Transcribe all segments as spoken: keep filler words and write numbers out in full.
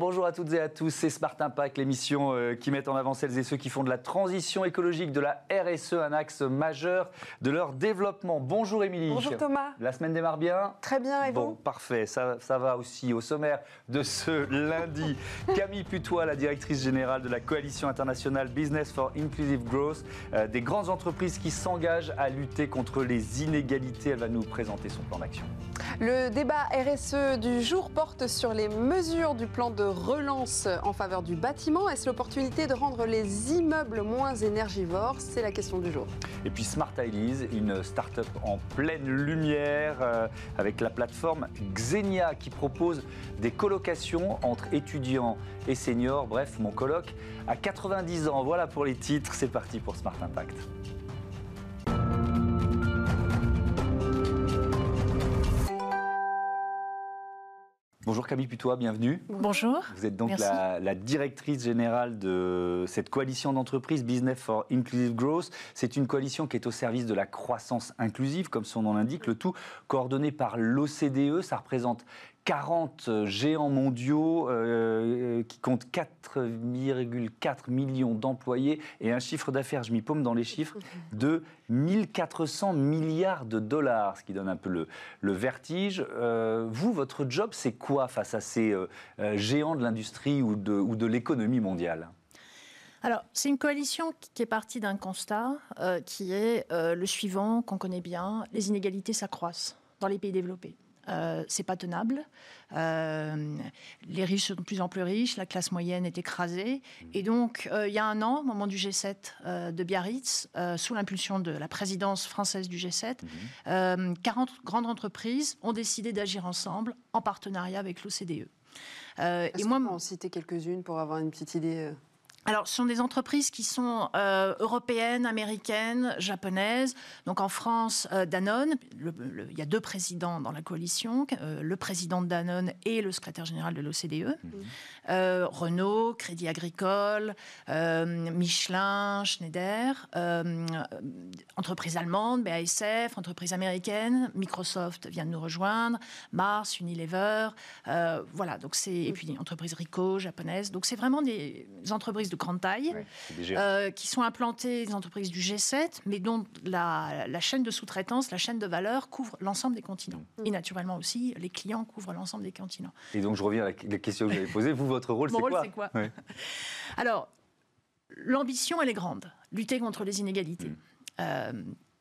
bonjour à toutes et à tous, c'est Smart Impact, l'émission euh, qui met en avant celles et ceux qui font de la transition écologique, de la R S E, un axe majeur de leur développement. Bonjour Émilie. Bonjour Thomas. La semaine démarre bien? Très bien, et vous? Bon, parfait, ça, ça va aussi. Au sommaire de ce lundi, Camille Putois, la directrice générale de la Coalition internationale Business for Inclusive Growth, euh, des grandes entreprises qui s'engagent à lutter contre les inégalités. Elle va nous présenter son plan d'action. Le débat R S E du jour porte sur les mesures du plan de relance en faveur du bâtiment. Est-ce l'opportunité de rendre les immeubles moins énergivores? C'est la question du jour. Et puis Smart Ideas, une start-up en pleine lumière euh, avec la plateforme Xenia qui propose des colocations entre étudiants et seniors. Bref, mon coloc à quatre-vingt-dix ans. Voilà pour les titres. C'est parti pour Smart Impact. Bonjour Camille Putois, bienvenue. Bonjour. Vous êtes donc Merci. la, la directrice générale de cette coalition d'entreprises Business for Inclusive Growth. C'est une coalition qui est au service de la croissance inclusive, comme son nom l'indique, le tout coordonné par l'O C D E. Ça représente quarante géants mondiaux euh, qui comptent quatre virgule quatre millions d'employés et un chiffre d'affaires, je m'y paume dans les chiffres, de mille quatre cents milliards de dollars, ce qui donne un peu le, le vertige. Euh, vous, votre job, c'est quoi face à ces euh, géants de l'industrie ou de, ou de l'économie mondiale ? Alors, c'est une coalition qui est partie d'un constat euh, qui est euh, le suivant, qu'on connaît bien, les inégalités s'accroissent dans les pays développés. Euh, c'est pas tenable. Euh, les riches sont de plus en plus riches, la classe moyenne est écrasée. Et donc, euh, il y a un an, au moment du G sept euh, de Biarritz, euh, sous l'impulsion de la présidence française du G sept, mmh. euh, quarante grandes entreprises ont décidé d'agir ensemble, en partenariat avec l'O C D E. Euh, Est-ce et moi, qu'on peut en citer quelques-unes pour avoir une petite idée euh... Alors, ce sont des entreprises qui sont euh, européennes, américaines, japonaises. Donc, en France, euh, Danone. Le, le, il y a deux présidents dans la coalition, euh, le président de Danone et le secrétaire général de l'O C D E. Mmh. Euh, Renault, Crédit Agricole, euh, Michelin, Schneider, euh, entreprises allemandes, B A S F, entreprises américaines, Microsoft vient de nous rejoindre, Mars, Unilever. Euh, voilà, donc c'est et puis entreprises Ricoh, japonaises. Donc, c'est vraiment des entreprises de grande taille, oui, euh, qui sont implantées, des entreprises du G sept, mais dont la, la chaîne de sous-traitance, la chaîne de valeur couvre l'ensemble des continents. Mmh. Et naturellement aussi, les clients couvrent l'ensemble des continents. Et donc, je reviens à la question que j'avais posée. Vous, votre rôle, Mon c'est rôle, quoi, c'est quoi oui. Alors, l'ambition, elle est grande. Lutter contre les inégalités. Mmh. Euh,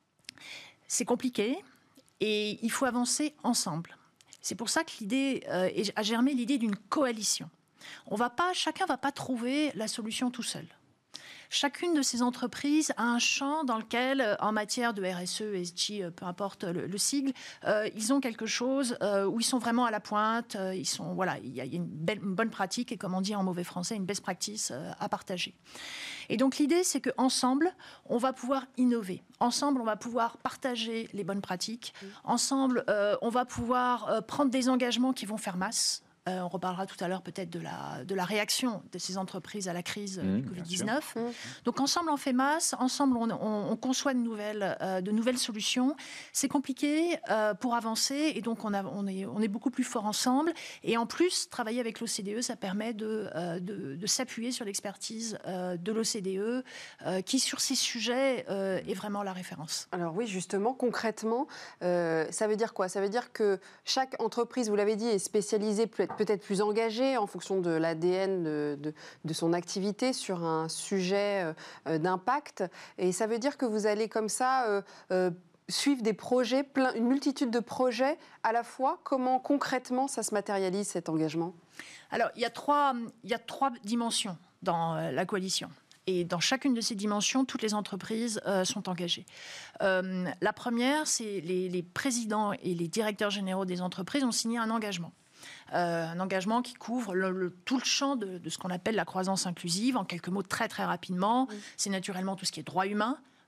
c'est compliqué et il faut avancer ensemble. C'est pour ça que l'idée euh, a germé l'idée d'une coalition. On va pas, chacun ne va pas trouver la solution tout seul. Chacune de ces entreprises a un champ dans lequel, en matière de R S E, S G, peu importe le, le sigle, euh, ils ont quelque chose euh, où ils sont vraiment à la pointe. Euh, ils sont, voilà, il y a, il y a une, belle, une bonne pratique et, comme on dit en mauvais français, une best practice euh, à partager. Et donc l'idée, c'est qu'ensemble, on va pouvoir innover. Ensemble, on va pouvoir partager les bonnes pratiques. Ensemble, euh, on va pouvoir euh, prendre des engagements qui vont faire masse. Euh, on reparlera tout à l'heure peut-être de la, de la réaction de ces entreprises à la crise mmh, du covid dix-neuf. Mmh. Donc ensemble on fait masse, ensemble on, on, on conçoit de nouvelles, euh, de nouvelles solutions. C'est compliqué euh, pour avancer et donc on, a, on, est, on est beaucoup plus fort ensemble. Et en plus, travailler avec l'O C D E, ça permet de, euh, de, de s'appuyer sur l'expertise euh, de l'O C D E euh, qui sur ces sujets euh, est vraiment la référence. Alors oui, justement, concrètement, euh, ça veut dire quoi? Ça veut dire que chaque entreprise, vous l'avez dit, est spécialisée peut-être peut-être plus engagé en fonction de l'A D N de, de, de son activité sur un sujet euh, d'impact. Et ça veut dire que vous allez comme ça euh, euh, suivre des projets, plein, une multitude de projets à la fois. Comment concrètement ça se matérialise cet engagement? Alors, il y a trois, il y a trois dimensions dans euh, la coalition. Et dans chacune de ces dimensions, toutes les entreprises euh, sont engagées. Euh, la première, c'est les, les présidents et les directeurs généraux des entreprises ont signé un engagement. Euh, un engagement qui couvre le, le, tout le champ de, de ce qu'on appelle la croissance inclusive. En quelques mots, très très rapidement, mmh. c'est naturellement tout ce qui est droits humains,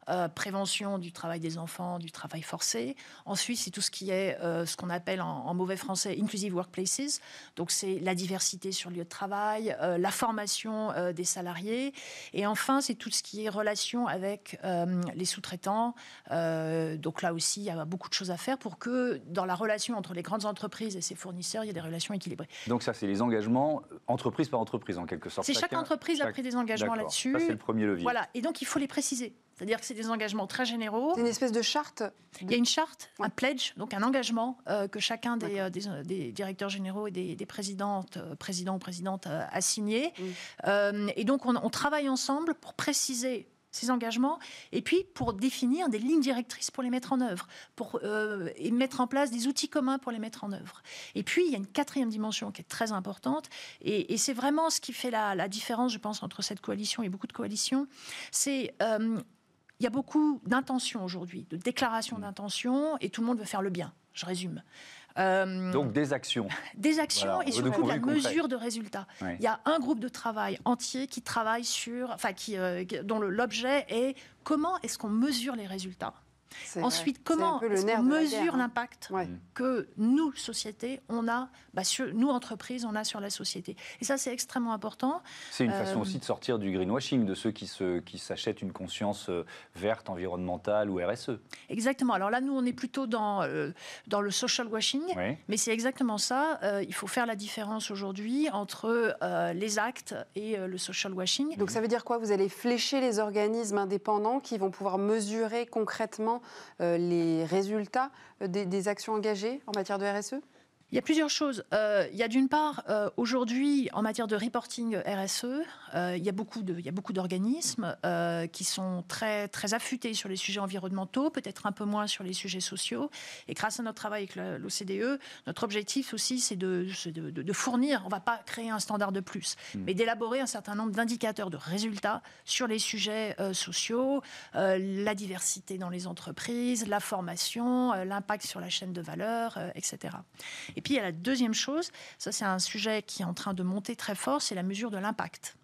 euh, prévention du travail des enfants, du travail forcé. Ensuite, c'est tout ce qui est euh, ce qu'on appelle en, en mauvais français inclusive workplaces. Donc, c'est la diversité sur le lieu de travail, euh, la formation euh, des salariés. Et enfin, c'est tout ce qui est relation avec euh, les sous-traitants. Euh, donc là aussi, il y a beaucoup de choses à faire pour que dans la relation entre les grandes entreprises et ses fournisseurs, il y ait des relations équilibrées. Donc ça, c'est les engagements entreprise par entreprise, en quelque sorte. C'est chaque entreprise chaque... a pris des engagements là-dessus. Ça, c'est le premier levier. Voilà, et donc il faut les préciser. C'est-à-dire que c'est des engagements très généraux. C'est une espèce de charte. Il y a une charte, ouais. un pledge, donc un engagement euh, que chacun des, euh, des, des directeurs généraux et des, des présidentes, euh, présidents ou présidentes euh, a signé. Mm. Euh, et donc on, on travaille ensemble pour préciser ces engagements, et puis pour définir des lignes directrices pour les mettre en œuvre, pour euh, et mettre en place des outils communs pour les mettre en œuvre. Et puis, il y a une quatrième dimension qui est très importante, et, et c'est vraiment ce qui fait la, la différence, je pense, entre cette coalition et beaucoup de coalitions. C'est... Euh, il y a beaucoup d'intentions aujourd'hui, de déclarations d'intention, et tout le monde veut faire le bien, je résume. Euh, Donc des actions. Des actions voilà, et surtout de la mesure de résultats. Ouais. Il y a un groupe de travail entier qui travaille sur, enfin, qui, euh, dont l'objet est comment est-ce qu'on mesure les résultats. Ensuite, vrai. comment est-ce qu'on mesure l'impact hein. ouais. que nous, société, on a, bah, sur, nous, entreprises, on a sur la société. Et ça, c'est extrêmement important. C'est une euh, façon aussi de sortir du greenwashing, de ceux qui, se, qui s'achètent une conscience verte, environnementale ou R S E. Exactement. Alors là, nous, on est plutôt dans, euh, dans le social washing, oui. mais c'est exactement ça. Euh, il faut faire la différence aujourd'hui entre euh, les actes et euh, le social washing. Donc ça veut dire quoi? Vous allez flécher les organismes indépendants qui vont pouvoir mesurer concrètement Euh, les résultats des, des actions engagées en matière de R S E? Il y a plusieurs choses. Euh, il y a d'une part, euh, aujourd'hui, en matière de reporting R S E, euh, il y a beaucoup de, il y a beaucoup d'organismes euh, qui sont très, très affûtés sur les sujets environnementaux, peut-être un peu moins sur les sujets sociaux. Et grâce à notre travail avec l'O C D E, notre objectif aussi, c'est de, de, de, de fournir, on ne va pas créer un standard de plus, mmh. mais d'élaborer un certain nombre d'indicateurs de résultats sur les sujets euh, sociaux, euh, la diversité dans les entreprises, la formation, euh, l'impact sur la chaîne de valeur, euh, et cetera. Et Et puis, il y a la deuxième chose, ça c'est un sujet qui est en train de monter très fort, c'est la mesure de l'impact.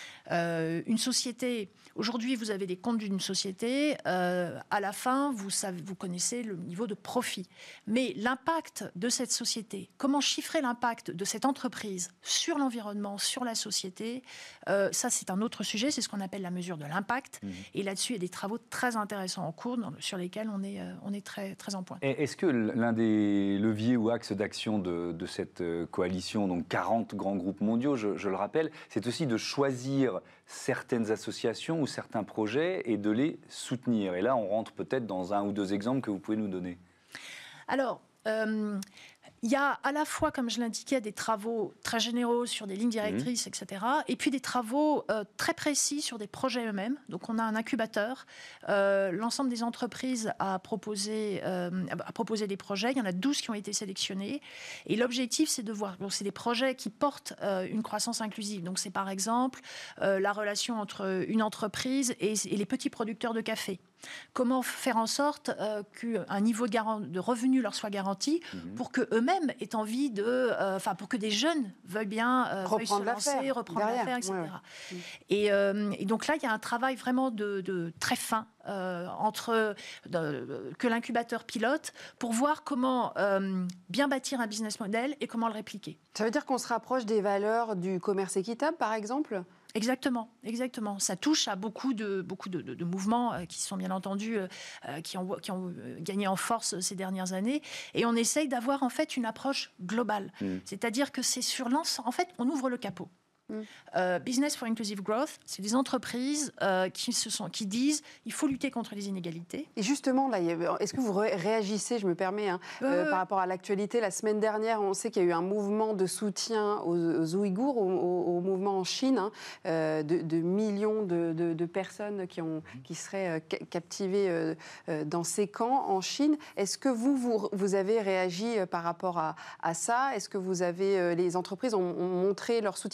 Euh, une société, aujourd'hui vous avez des comptes d'une société, euh, à la fin vous, savez, vous connaissez le niveau de profit. Mais l'impact de cette société, comment chiffrer l'impact de cette entreprise sur l'environnement, sur la société, euh, ça c'est un autre sujet, c'est ce qu'on appelle la mesure de l'impact. Mmh. Et là-dessus il y a des travaux très intéressants en cours dans, sur lesquels on est, euh, on est très, très en pointe. Et est-ce que l'un des leviers ou axes d'action de, de cette coalition, donc quarante grands groupes mondiaux, je, je le rappelle, c'est aussi de choisir certaines associations ou certains projets et de les soutenir. Et là, on rentre peut-être dans un ou deux exemples que vous pouvez nous donner. Alors, euh, il y a à la fois, comme je l'indiquais, des travaux très généraux sur des lignes directrices, mmh. et cetera, et puis des travaux euh, très précis sur des projets eux-mêmes. Donc, on a un incubateur. Euh, l'ensemble des entreprises a proposé, euh, a proposé des projets. Il y en a douze qui ont été sélectionnés. Et l'objectif, c'est de voir... Bon, c'est des projets qui portent euh, une croissance inclusive. Donc, c'est par exemple euh, la relation entre une entreprise et, et les petits producteurs de café. Comment faire en sorte euh, qu'un niveau de, de revenus leur soit garanti mmh. pour qu'eux-mêmes aient envie de... Enfin, euh, pour que des jeunes veuillent bien euh, veuillent se lancer, reprendre l'affaire, et cetera. Ouais, ouais. Et, euh, et donc là, il y a un travail vraiment de, de très fin euh, entre, de, que l'incubateur pilote pour voir comment euh, bien bâtir un business model et comment le répliquer. Ça veut dire qu'on se rapproche des valeurs du commerce équitable, par exemple ? Exactement, exactement. Ça touche à beaucoup de, beaucoup de, de, de mouvements euh, qui sont bien entendu, euh, qui, ont, qui ont gagné en force ces dernières années. Et on essaye d'avoir en fait une approche globale. Mmh. C'est-à-dire que c'est sur l'ensemble. En fait, on ouvre le capot. Mmh. Euh, Business for Inclusive Growth, c'est des entreprises euh, qui, se sont, qui disent il faut lutter contre les inégalités. Et justement, là, est-ce que vous réagissez, je me permets, hein, euh, euh, par rapport à l'actualité? La semaine dernière, on sait qu'il y a eu un mouvement de soutien aux, aux Ouïghours, au, au, au mouvement en Chine, hein, euh, de, de millions de, de, de personnes qui, ont, qui seraient euh, captivées euh, euh, dans ces camps en Chine. Est-ce que vous, vous, vous avez réagi euh, par rapport à, à ça? Est-ce que vous avez, euh, les entreprises ont, ont montré leur soutien? Parce qu'il y en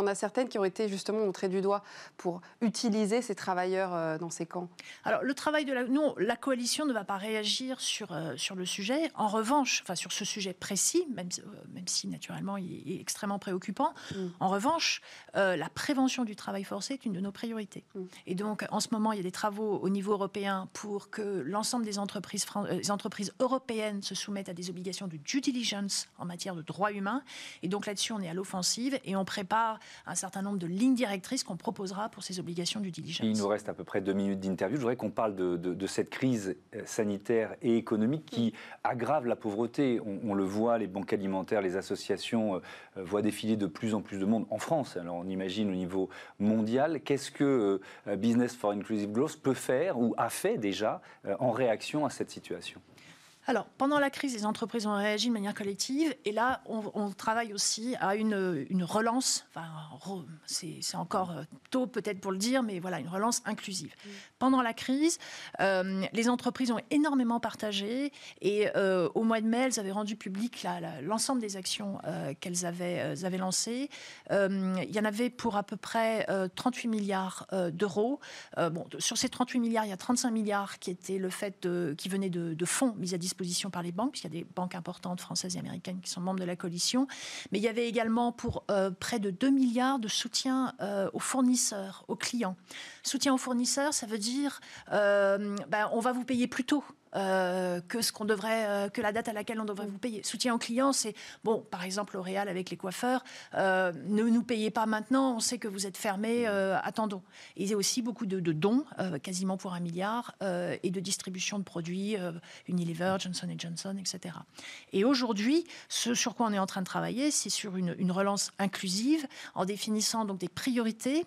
en a certaines qui ont été justement montrées du doigt pour utiliser ces travailleurs euh, dans ces camps. Alors, le travail de la... Nous, la coalition ne va pas réagir sur, euh, sur le sujet. En revanche, enfin, sur ce sujet précis, même, euh, même si, naturellement, il est extrêmement préoccupant, mm. en revanche, euh, la prévention du travail forcé est une de nos priorités. Mm. Et donc, en ce moment, il y a des travaux au niveau européen pour que l'ensemble des entreprises, fran... euh, des entreprises européennes se soumettent à des obligations de due diligence en matière de droits humains. Et donc, là-dessus, on est à l'offensive et on prépare un certain nombre de lignes directrices qu'on proposera pour ces obligations de due diligence. Il nous reste à peu près deux minutes d'interview. Je voudrais qu'on parle de, de, de cette crise sanitaire et économique qui aggrave la pauvreté. On, on le voit, les banques alimentaires, les associations euh, voient défiler de plus en plus de monde en France. Alors on imagine au niveau mondial. Qu'est-ce que euh, Business for Inclusive Growth peut faire ou a fait déjà euh, en réaction à cette situation ? Alors, pendant la crise, les entreprises ont réagi de manière collective. Et là, on, on travaille aussi à une, une relance. Enfin, c'est, c'est encore tôt peut-être pour le dire, mais voilà, une relance inclusive. Mmh. Pendant la crise, euh, les entreprises ont énormément partagé. Et euh, au mois de mai, elles avaient rendu public la, la, l'ensemble des actions euh, qu'elles avaient, euh, avaient lancées. Euh, il y en avait pour à peu près euh, trente-huit milliards euh, d'euros. Euh, bon, sur ces trente-huit milliards, il y a trente-cinq milliards qui étaient le fait de, qui venaient de, de fonds mis à disposition par les banques, puisqu'il y a des banques importantes françaises et américaines qui sont membres de la coalition. Mais il y avait également pour euh, près de deux milliards de soutien euh, aux fournisseurs, aux clients. Soutien aux fournisseurs, ça veut dire euh, ben, on va vous payer plus tôt. Euh, que ce qu'on devrait, euh, que la date à laquelle on devrait vous payer. Soutien aux clients, c'est bon. Par exemple, L'Oréal avec les coiffeurs, euh, ne nous payez pas maintenant. On sait que vous êtes fermés. Euh, attendons. Et il y a aussi beaucoup de, de dons, euh, quasiment pour un milliard, euh, et de distribution de produits, euh, Unilever, Johnson and Johnson, et cetera. Et aujourd'hui, ce sur quoi on est en train de travailler, c'est sur une, une relance inclusive, en définissant donc des priorités.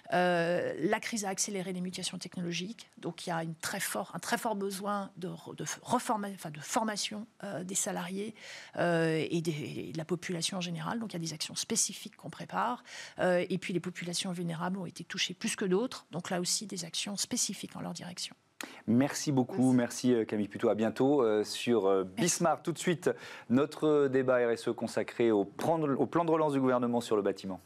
Euh, la crise a accéléré les mutations technologiques, donc il y a une très fort, un très fort besoin de De, reforma, enfin de formation euh, des salariés euh, et, des, et de la population en général. Donc il y a des actions spécifiques qu'on prépare. Euh, et puis les populations vulnérables ont été touchées plus que d'autres. Donc là aussi des actions spécifiques en leur direction. Merci beaucoup, merci, merci Camille Puteaux. À bientôt euh, sur euh, Bismarck. Tout de suite, notre débat R S E consacré au plan de, au plan de relance du gouvernement sur le bâtiment.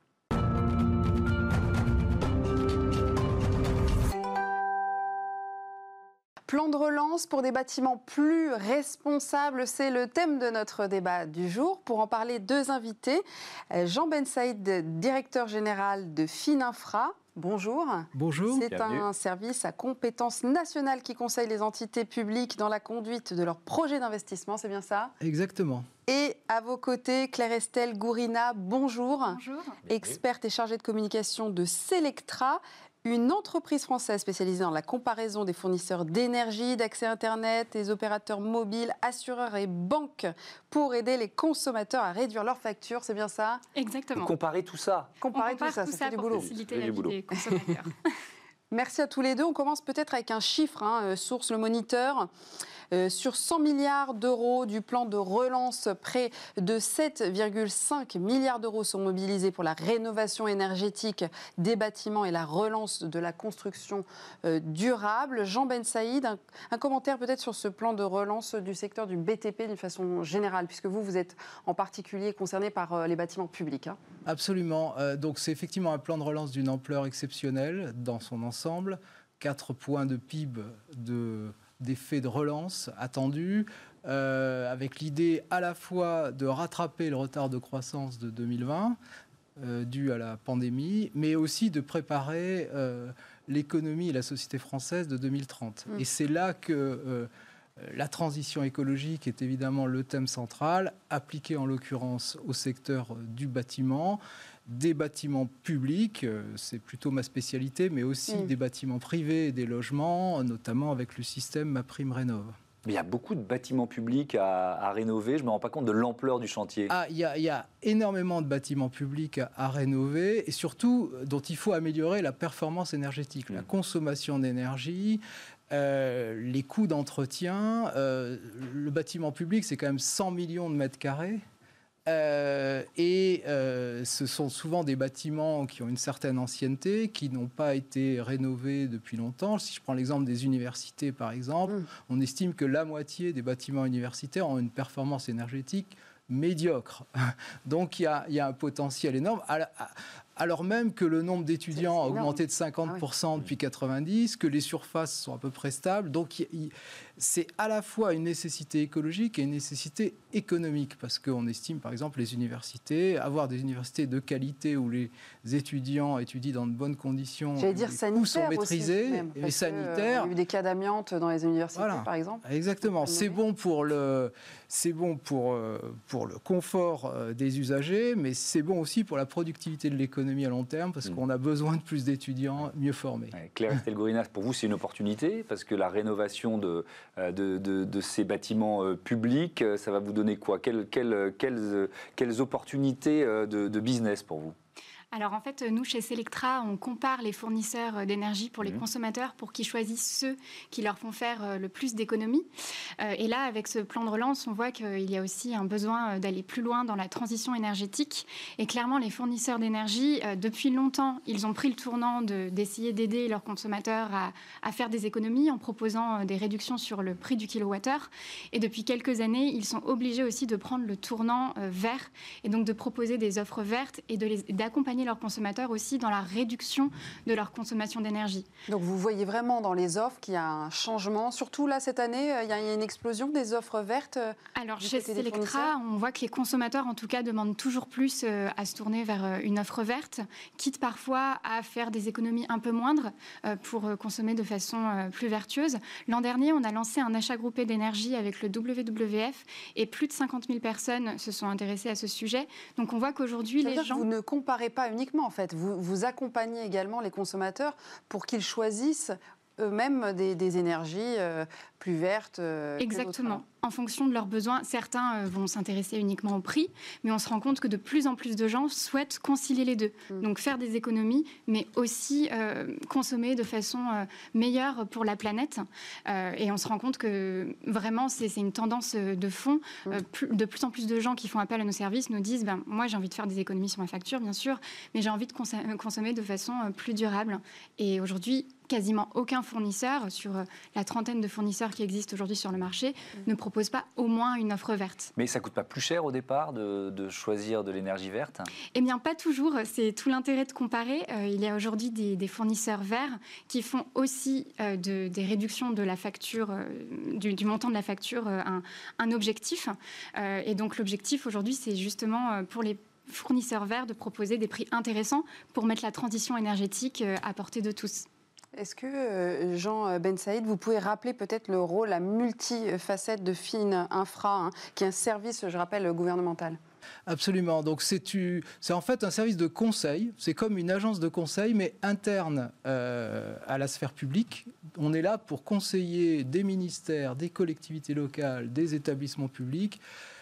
Plan de relance pour des bâtiments plus responsables, c'est le thème de notre débat du jour. Pour en parler, deux invités. Jean Bensaïd, directeur général de Fininfra. Bonjour. Bonjour. C'est Bienvenue. Un service à compétence nationale qui conseille les entités publiques dans la conduite de leurs projets d'investissement, c'est bien ça ? Exactement. Et à vos côtés, Claire-Estelle Gourina, bonjour. Bonjour. Experte et chargée de communication de Selectra, une entreprise française spécialisée dans la comparaison des fournisseurs d'énergie, d'accès Internet, des opérateurs mobiles, assureurs et banques pour aider les consommateurs à réduire leurs factures, c'est bien ça ? Exactement. Comparer tout ça. Comparer tout ça, tout ça, ça fait du pour boulot. faciliter la vie des consommateurs. Merci à tous les deux. On commence peut-être avec un chiffre, hein, source Le Moniteur. Euh, sur cent milliards d'euros du plan de relance, près de sept virgule cinq milliards d'euros sont mobilisés pour la rénovation énergétique des bâtiments et la relance de la construction euh, durable. Jean Bensaïd, un, un commentaire peut-être sur ce plan de relance du secteur du B T P d'une façon générale, puisque vous, vous êtes en particulier concerné par euh, les bâtiments publics. Hein. Absolument. Euh, donc c'est effectivement un plan de relance d'une ampleur exceptionnelle dans son ensemble. quatre points de P I B de... d'effets de relance attendus, euh, avec l'idée à la fois de rattraper le retard de croissance de deux mille vingt, euh, dû à la pandémie, mais aussi de préparer euh, l'économie et la société française de deux mille trente. Mmh. Et c'est là que euh, la transition écologique est évidemment le thème central, appliqué en l'occurrence au secteur du bâtiment, des bâtiments publics, c'est plutôt ma spécialité, mais aussi mmh. des bâtiments privés et des logements, notamment avec le système MaPrimeRénov'. Mais il y a beaucoup de bâtiments publics à, à rénover, je ne me rends pas compte de l'ampleur du chantier. Ah, il y a, il y a énormément de bâtiments publics à, à rénover et surtout dont il faut améliorer la performance énergétique, mmh. la consommation d'énergie, euh, les coûts d'entretien. Euh, le bâtiment public, c'est quand même cent millions de mètres carrés. Euh, et euh, ce sont souvent des bâtiments qui ont une certaine ancienneté, qui n'ont pas été rénovés depuis longtemps. Si je prends l'exemple des universités, par exemple, mmh. on estime que la moitié des bâtiments universitaires ont une performance énergétique médiocre. Donc il y a, il y a un potentiel énorme. À, à, alors même que le nombre d'étudiants a augmenté de cinquante pour cent ah oui. depuis quatre-vingt-dix, que les surfaces sont à peu près stables. Donc, il, il, c'est à la fois une nécessité écologique et une nécessité économique, parce qu'on estime, par exemple, les universités, avoir des universités de qualité où les étudiants étudient dans de bonnes conditions, J'allais dire les coûts sont maîtrisés, aussi, même, et sanitaires. Euh, il y a eu des cas d'amiante dans les universités, voilà. par exemple. Exactement. C'est bon pour le, c'est bon pour, pour le confort des usagers, mais c'est bon aussi pour la productivité de l'économie à long terme, parce mmh. qu'on a besoin de plus d'étudiants mieux formés. Ouais, Claire Estelgorinas, pour vous, c'est une opportunité, parce que la rénovation de, de, de, de ces bâtiments euh, publics, ça va vous donner quoi ? Quelles, quelles, quelles, quelles opportunités de, de business pour vous ? Alors en fait, nous, chez Selectra, on compare les fournisseurs d'énergie pour les mmh. consommateurs pour qu'ils choisissent ceux qui leur font faire le plus d'économies. Euh, et là, avec ce plan de relance, on voit qu'il y a aussi un besoin d'aller plus loin dans la transition énergétique. Et clairement, les fournisseurs d'énergie, euh, depuis longtemps, ils ont pris le tournant de, d'essayer d'aider leurs consommateurs à, à faire des économies en proposant des réductions sur le prix du kilowattheure. Et depuis quelques années, ils sont obligés aussi de prendre le tournant euh, vert et donc de proposer des offres vertes et de les, d'accompagner leurs consommateurs aussi dans la réduction de leur consommation d'énergie. Donc vous voyez vraiment dans les offres qu'il y a un changement, surtout là cette année, il y a une explosion des offres vertes. Alors chez Selectra, on voit que les consommateurs en tout cas demandent toujours plus à se tourner vers une offre verte, quitte parfois à faire des économies un peu moindres pour consommer de façon plus vertueuse. L'an dernier, on a lancé un achat groupé d'énergie avec le W W F et plus de cinquante mille personnes se sont intéressées à ce sujet. Donc on voit qu'aujourd'hui, les gens... Vous ne comparez pas uniquement, en fait. Vous, vous accompagnez également les consommateurs pour qu'ils choisissent eux-mêmes des, des énergies euh, plus vertes. Euh, Exactement. En fonction de leurs besoins, certains euh, vont s'intéresser uniquement au prix, mais on se rend compte que de plus en plus de gens souhaitent concilier les deux. Mmh. Donc faire des économies, mais aussi euh, consommer de façon euh, meilleure pour la planète. Euh, et on se rend compte que vraiment, c'est, c'est une tendance de fond. Mmh. Euh, plus, de plus en plus de gens qui font appel à nos services nous disent ben, « moi, j'ai envie de faire des économies sur ma facture, bien sûr, mais j'ai envie de cons- consommer de façon euh, plus durable. » Et aujourd'hui, quasiment aucun fournisseur, sur la trentaine de fournisseurs qui existent aujourd'hui sur le marché, mmh. ne propose pas au moins une offre verte. Mais ça ne coûte pas plus cher au départ de, de choisir de l'énergie verte ? Eh bien, pas toujours. C'est tout l'intérêt de comparer. Euh, il y a aujourd'hui des, des fournisseurs verts qui font aussi euh, de, des réductions de la facture, euh, du, du montant de la facture, euh, un, un objectif. Euh, et donc, l'objectif aujourd'hui, c'est justement euh, pour les fournisseurs verts de proposer des prix intéressants pour mettre la transition énergétique euh, à portée de tous. Est-ce que, Jean Bensaïd, vous pouvez rappeler peut-être le rôle, la multifacette de Fine Infra, hein, qui est un service, je rappelle, gouvernemental ? Absolument. Donc c'est, tu, c'est en fait un service de conseil. C'est comme une agence de conseil, mais interne euh, à la sphère publique. On est là pour conseiller des ministères, des collectivités locales, des établissements publics,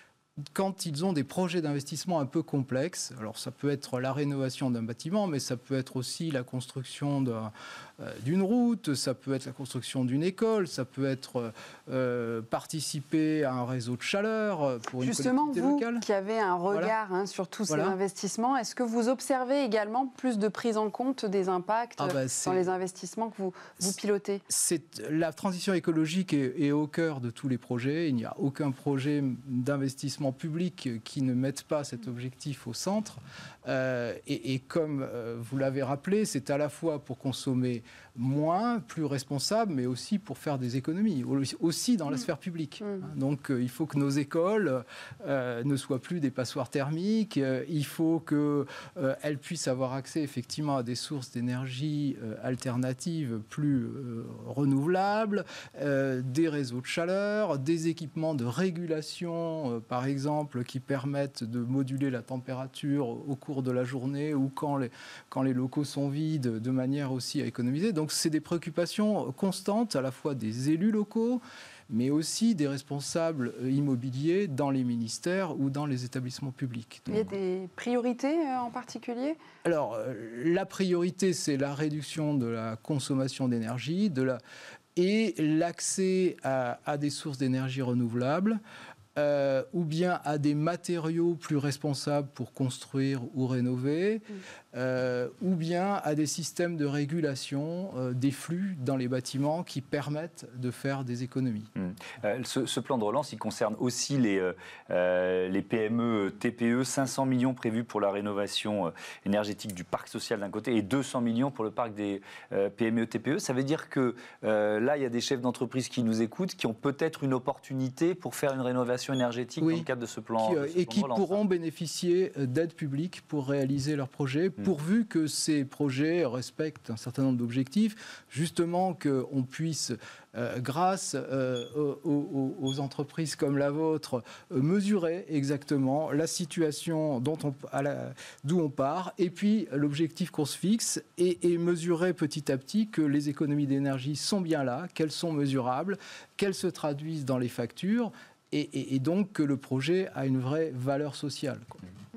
quand ils ont des projets d'investissement un peu complexes. Alors ça peut être la rénovation d'un bâtiment, mais ça peut être aussi la construction d'un, euh, d'une route, ça peut être la construction d'une école, ça peut être euh, participer à un réseau de chaleur pour une Justement, collectivité vous, locale. Qui avez un regard voilà. hein, sur tous voilà. ces investissements, est-ce que vous observez également plus de prise en compte des impacts ah bah dans les investissements que vous, vous pilotez ? C'est, la transition écologique est, est au cœur de tous les projets. Il n'y a aucun projet d'investissement public qui ne mette pas cet objectif au centre. Euh, et, et comme euh, vous l'avez rappelé, c'est à la fois pour consommer moins, plus responsable, mais aussi pour faire des économies, aussi dans la sphère publique. Mmh. Donc euh, il faut que nos écoles euh, ne soient plus des passoires thermiques, euh, il faut qu'elles euh, puissent avoir accès effectivement à des sources d'énergie euh, alternatives plus euh, renouvelables, euh, des réseaux de chaleur, des équipements de régulation, euh, par exemple, qui permettent de moduler la température au cours de la journée ou quand les, quand les locaux sont vides, de manière aussi à économiser. Donc c'est des préoccupations constantes à la fois des élus locaux, mais aussi des responsables immobiliers dans les ministères ou dans les établissements publics. Donc, il y a des priorités en particulier ? Alors, la priorité, c'est la réduction de la consommation d'énergie de la, et l'accès à, à des sources d'énergie renouvelables. Euh, ou bien à des matériaux plus responsables pour construire ou rénover, mmh. euh, ou bien à des systèmes de régulation euh, des flux dans les bâtiments qui permettent de faire des économies. Mmh. Euh, ce, ce plan de relance, il concerne aussi les, euh, les P M E, T P E, cinq cents millions prévus pour la rénovation euh, énergétique du parc social d'un côté et deux cents millions pour le parc des euh, P M E, T P E. Ça veut dire que euh, là, il y a des chefs d'entreprise qui nous écoutent, qui ont peut-être une opportunité pour faire une rénovation énergétique oui, dans le cadre de ce plan, qui, de ce et plan qui de relance, pourront hein. bénéficier d'aides publiques pour réaliser leurs projets, mmh. pourvu que ces projets respectent un certain nombre d'objectifs, justement qu'on puisse, euh, grâce euh, aux, aux, aux entreprises comme la vôtre, euh, mesurer exactement la situation dont on, à la, d'où on part, et puis l'objectif qu'on se fixe, et, et mesurer petit à petit que les économies d'énergie sont bien là, qu'elles sont mesurables, qu'elles se traduisent dans les factures, et, et, et donc que le projet a une vraie valeur sociale, quoi.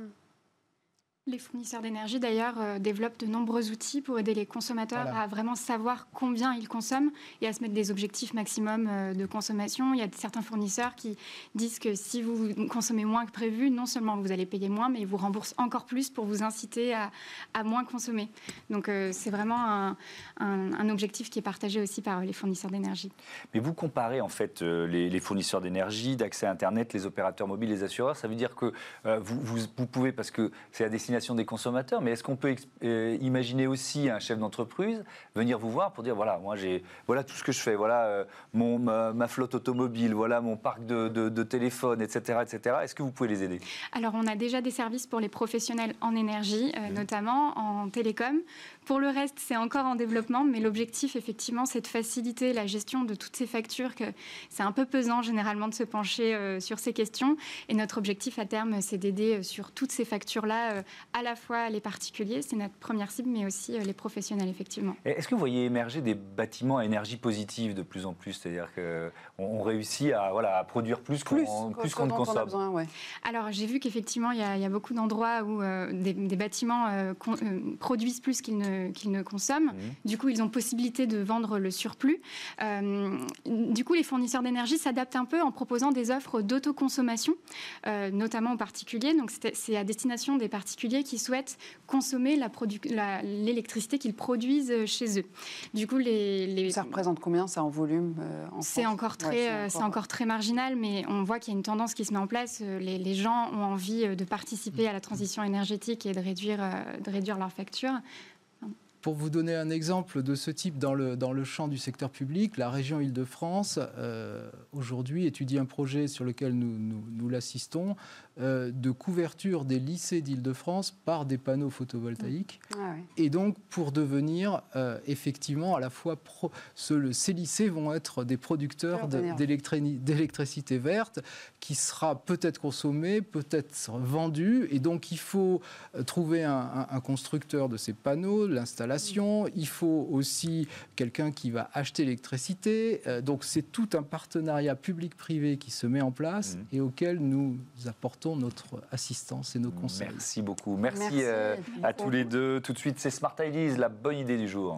Les fournisseurs d'énergie, d'ailleurs, euh, développent de nombreux outils pour aider les consommateurs voilà. à vraiment savoir combien ils consomment et à se mettre des objectifs maximum euh, de consommation. Il y a certains fournisseurs qui disent que si vous consommez moins que prévu, non seulement vous allez payer moins, mais ils vous remboursent encore plus pour vous inciter à, à moins consommer. Donc, euh, c'est vraiment un, un, un objectif qui est partagé aussi par les fournisseurs d'énergie. Mais vous comparez, en fait, euh, les, les fournisseurs d'énergie, d'accès à Internet, les opérateurs mobiles, les assureurs. Ça veut dire que euh, vous, vous, vous pouvez, parce que c'est à destination des consommateurs, mais est-ce qu'on peut euh, imaginer aussi un chef d'entreprise venir vous voir pour dire voilà, moi j'ai voilà tout ce que je fais, voilà euh, mon ma, ma flotte automobile, voilà mon parc de, de, de téléphone, et cetera, et cetera. Est-ce que vous pouvez les aider? Alors on a déjà des services pour les professionnels en énergie, euh, mmh. notamment en télécom. Pour le reste, c'est encore en développement, mais l'objectif, effectivement, c'est de faciliter la gestion de toutes ces factures, que c'est un peu pesant, généralement, de se pencher euh, sur ces questions. Et notre objectif, à terme, c'est d'aider euh, sur toutes ces factures-là, euh, à la fois les particuliers, c'est notre première cible, mais aussi euh, les professionnels, effectivement. Est-ce que vous voyez émerger des bâtiments à énergie positive de plus en plus? C'est-à-dire qu'on on réussit à, voilà, à produire plus qu'on, plus, plus qu'on ne consomme. A besoin, ouais. Alors, j'ai vu qu'effectivement, il y, y a beaucoup d'endroits où euh, des, des bâtiments euh, con, euh, produisent plus qu'ils ne qu'ils ne consomment. Mmh. Du coup, ils ont possibilité de vendre le surplus. Euh, du coup, les fournisseurs d'énergie s'adaptent un peu en proposant des offres d'autoconsommation, euh, notamment aux particuliers. Donc, c'est à destination des particuliers qui souhaitent consommer la produ- la, l'électricité qu'ils produisent chez eux. Du coup, les, les... Ça représente combien, ça, en volume euh, en c'est encore, très, ouais, c'est, encore... c'est encore très marginal, mais on voit qu'il y a une tendance qui se met en place. Les, les gens ont envie de participer à la transition énergétique et de réduire, de réduire leurs factures. Pour vous donner un exemple de ce type dans le, dans le champ du secteur public, la région Île-de-France, euh, aujourd'hui, étudie un projet sur lequel nous, nous, nous l'assistons, euh, de couverture des lycées d'Île-de-France par des panneaux photovoltaïques. Ah oui. Et donc, pour devenir, euh, effectivement, à la fois... Pro, ce, ces lycées vont être des producteurs de, d'électri- d'électricité verte qui sera peut-être consommée, peut-être vendue. Et donc, il faut trouver un, un, un constructeur de ces panneaux, l'installation. Il faut aussi quelqu'un qui va acheter l'électricité. Euh, donc, c'est tout un partenariat public-privé qui se met en place mmh. et auquel nous apportons notre assistance et nos conseils. Merci beaucoup. Merci, Merci euh, à tous les deux. Tout de suite, c'est Smart Ideas, la bonne idée du jour.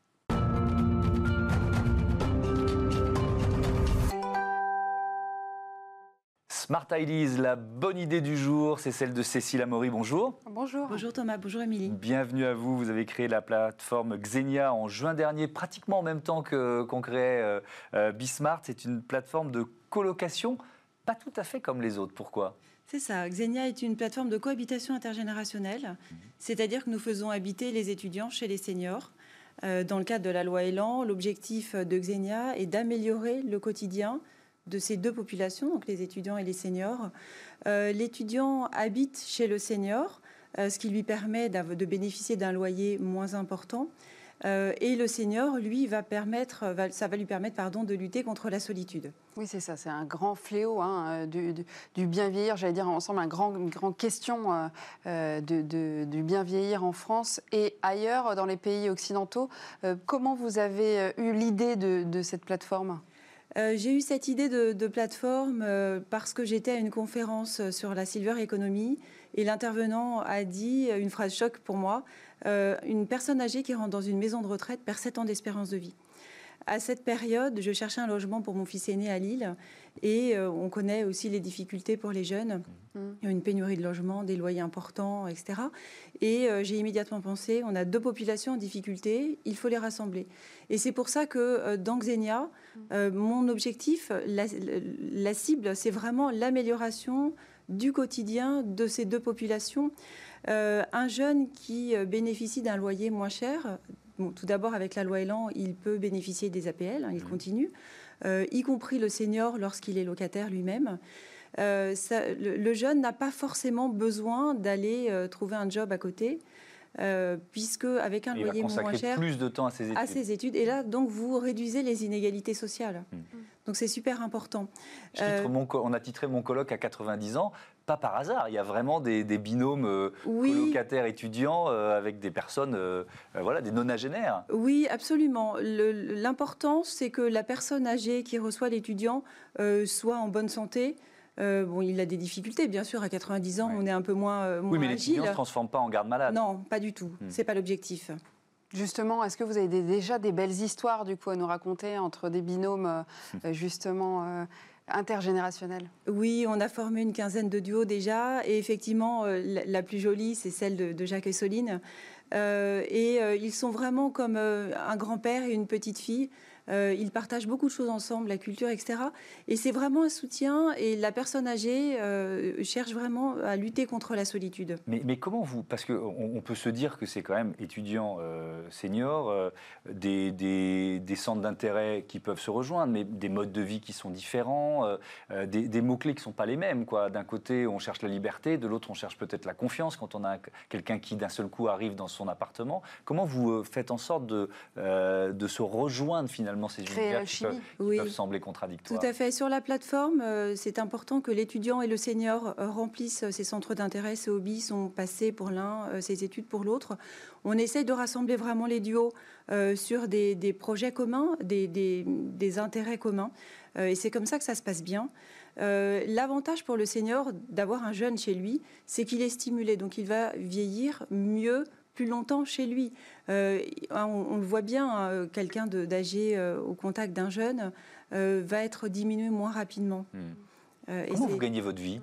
Smart Ideas, la bonne idée du jour, c'est celle de Cécile Amaury. Bonjour. Bonjour. Bonjour Thomas, bonjour Émilie. Bienvenue à vous. Vous avez créé la plateforme Xenia en juin dernier, pratiquement en même temps que, qu'on créait euh, euh, Bismart. C'est une plateforme de colocation, pas tout à fait comme les autres. Pourquoi ? C'est ça. Xenia est une plateforme de cohabitation intergénérationnelle, mmh. c'est-à-dire que nous faisons habiter les étudiants chez les seniors. Euh, dans le cadre de la loi Elan, l'objectif de Xenia est d'améliorer le quotidien de ces deux populations, donc les étudiants et les seniors. Euh, l'étudiant habite chez le senior, euh, ce qui lui permet de bénéficier d'un loyer moins important. Euh, et le senior, lui, va permettre, va, ça va lui permettre pardon, de lutter contre la solitude. Oui, c'est ça, c'est un grand fléau hein, du, du, du bien vieillir, j'allais dire ensemble, un grand, une grande question euh, de, de, du bien vieillir en France et ailleurs, dans les pays occidentaux. Euh, comment vous avez eu l'idée de, de cette plateforme ? Euh, j'ai eu cette idée de, de plateforme euh, parce que j'étais à une conférence sur la Silver Economy et l'intervenant a dit une phrase choc pour moi. Euh, une personne âgée qui rentre dans une maison de retraite perd sept ans d'espérance de vie. à cette période, je cherchais un logement pour mon fils aîné à Lille. Et euh, on connaît aussi les difficultés pour les jeunes. Mmh. Il y a une pénurie de logements, des loyers importants, et cetera. Et euh, j'ai immédiatement pensé, on a deux populations en difficulté, il faut les rassembler. Et c'est pour ça que euh, dans Xenia, euh, mon objectif, la, la cible, c'est vraiment l'amélioration du quotidien de ces deux populations. Euh, un jeune qui bénéficie d'un loyer moins cher, bon, tout d'abord avec la loi Elan, il peut bénéficier des A P L, hein, il continue. Euh, y compris le senior lorsqu'il est locataire lui-même. Euh, ça, le, le jeune n'a pas forcément besoin d'aller euh, trouver un job à côté, euh, puisque avec un il loyer va moins cher, plus de temps à ses études. À ses études. Et là, donc, vous réduisez les inégalités sociales. Mmh. Donc, c'est super important. Euh, mon, on a titré mon colloque à quatre-vingt-dix ans. Pas par hasard, il y a vraiment des, des binômes euh, oui. colocataires étudiants euh, avec des personnes, euh, euh, voilà, des nonagénaires. Oui, absolument. L'important, c'est que la personne âgée qui reçoit l'étudiant euh, soit en bonne santé. Euh, bon, il a des difficultés, bien sûr. À quatre-vingt-dix ans, ouais. on est un peu moins, euh, moins oui, mais agile. l'étudiant ne se transforme pas en garde-malade. Non, pas du tout. Hmm. C'est pas l'objectif. Justement, est-ce que vous avez des, déjà des belles histoires du coup à nous raconter entre des binômes euh, justement euh, intergénérationnels? Oui, on a formé une quinzaine de duos déjà, et effectivement, euh, la, la plus jolie, c'est celle de, de Jacques et Soline. Euh, et euh, ils sont vraiment comme euh, un grand-père et une petite fille. Euh, ils partagent beaucoup de choses ensemble, la culture, et cetera. Et c'est vraiment un soutien. Et la personne âgée euh, cherche vraiment à lutter contre la solitude. Mais, mais comment vous... Parce qu'on on peut se dire que c'est quand même étudiants euh, seniors, euh, des, des, des centres d'intérêt qui peuvent se rejoindre, mais des modes de vie qui sont différents, euh, des, des mots-clés qui ne sont pas les mêmes, quoi. D'un côté, on cherche la liberté, de l'autre, on cherche peut-être la confiance quand on a quelqu'un qui, d'un seul coup, arrive dans son appartement. Comment vous faites en sorte de, euh, de se rejoindre, finalement, ces univers qui, peuvent, qui oui. peuvent sembler contradictoires? Tout à fait. Sur la plateforme, euh, c'est important que l'étudiant et le senior euh, remplissent ces centres d'intérêt. Ces hobbies sont passés pour l'un, euh, ces études pour l'autre. On essaye de rassembler vraiment les duos euh, sur des, des projets communs, des, des, des intérêts communs. Euh, et c'est comme ça que ça se passe bien. Euh, l'avantage pour le senior d'avoir un jeune chez lui, c'est qu'il est stimulé. Donc il va vieillir mieux, plus longtemps chez lui. Euh, on, on le voit bien, hein, quelqu'un d'âgé euh, au contact d'un jeune euh, va être diminué moins rapidement. Mmh. Euh, Comment vous gagnez votre vie?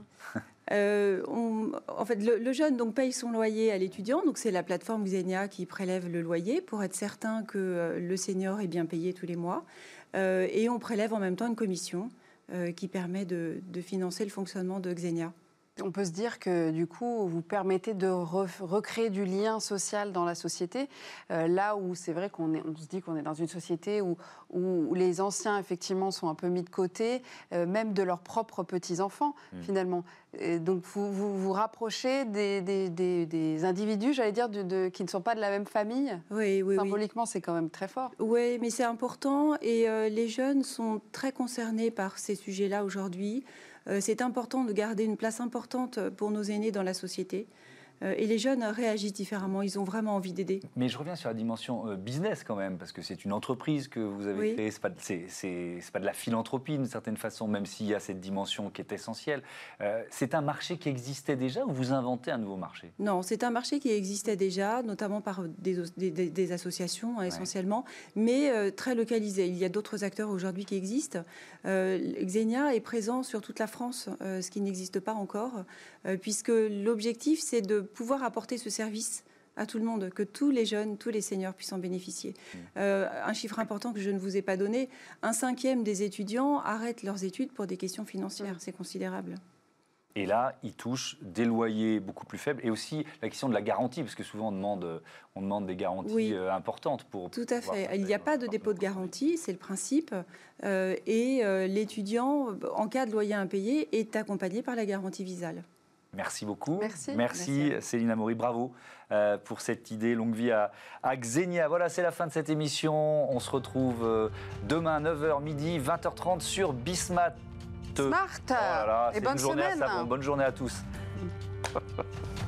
euh, on, En fait, le, le jeune donc, paye son loyer à l'étudiant. Donc c'est la plateforme Xenia qui prélève le loyer pour être certain que euh, le senior est bien payé tous les mois. Euh, et on prélève en même temps une commission euh, qui permet de, de financer le fonctionnement de Xenia. On peut se dire que du coup, vous permettez de re recréer du lien social dans la société, euh, là où c'est vrai qu'on on se dit qu'on est dans une société où, où les anciens, effectivement, sont un peu mis de côté, euh, même de leurs propres petits-enfants, mmh. finalement. Et donc, vous, vous vous rapprochez des, des, des, des individus, j'allais dire, de, de, qui ne sont pas de la même famille. Oui, oui, Symboliquement, oui. c'est quand même très fort. Oui, mais c'est important. Et euh, les jeunes sont très concernés par ces sujets-là aujourd'hui. Euh, c'est important de garder une place importante pour nos aînés dans la société. Euh, et les jeunes réagissent différemment, ils ont vraiment envie d'aider. Mais je reviens sur la dimension euh, business quand même, parce que c'est une entreprise que vous avez oui. créée, c'est pas, c'est, c'est, c'est pas de la philanthropie d'une certaine façon, même s'il y a cette dimension qui est essentielle. Euh, c'est un marché qui existait déjà ou vous inventez un nouveau marché? Non, c'est un marché qui existait déjà, notamment par des, des, des associations hein, ouais. essentiellement, mais euh, très localisé. Il y a d'autres acteurs aujourd'hui qui existent. Euh, Xenia est présent sur toute la France, euh, ce qui n'existe pas encore, euh, puisque l'objectif c'est de pouvoir apporter ce service à tout le monde, que tous les jeunes, tous les seniors puissent en bénéficier. Mmh. Euh, un chiffre important que je ne vous ai pas donné, un cinquième des étudiants arrêtent leurs études pour des questions financières. Mmh. C'est considérable. Et là, ils touchent des loyers beaucoup plus faibles et aussi la question de la garantie, parce que souvent on demande, on demande des garanties oui. euh, importantes pour... Tout à fait. Il n'y a pas de dépôt de garantie, c'est le principe. Euh, et euh, l'étudiant, en cas de loyer impayé, est accompagné par la garantie Visale. Merci beaucoup. Merci. Merci, Merci. Céline Amaury, bravo euh, pour cette idée. Longue vie à, à Xenia. Voilà, c'est la fin de cette émission. On se retrouve euh, demain, neuf heures, midi, vingt heures trente sur Bismart. Smart. Voilà, et bonne une journée semaine. À ça. Bonne journée à tous.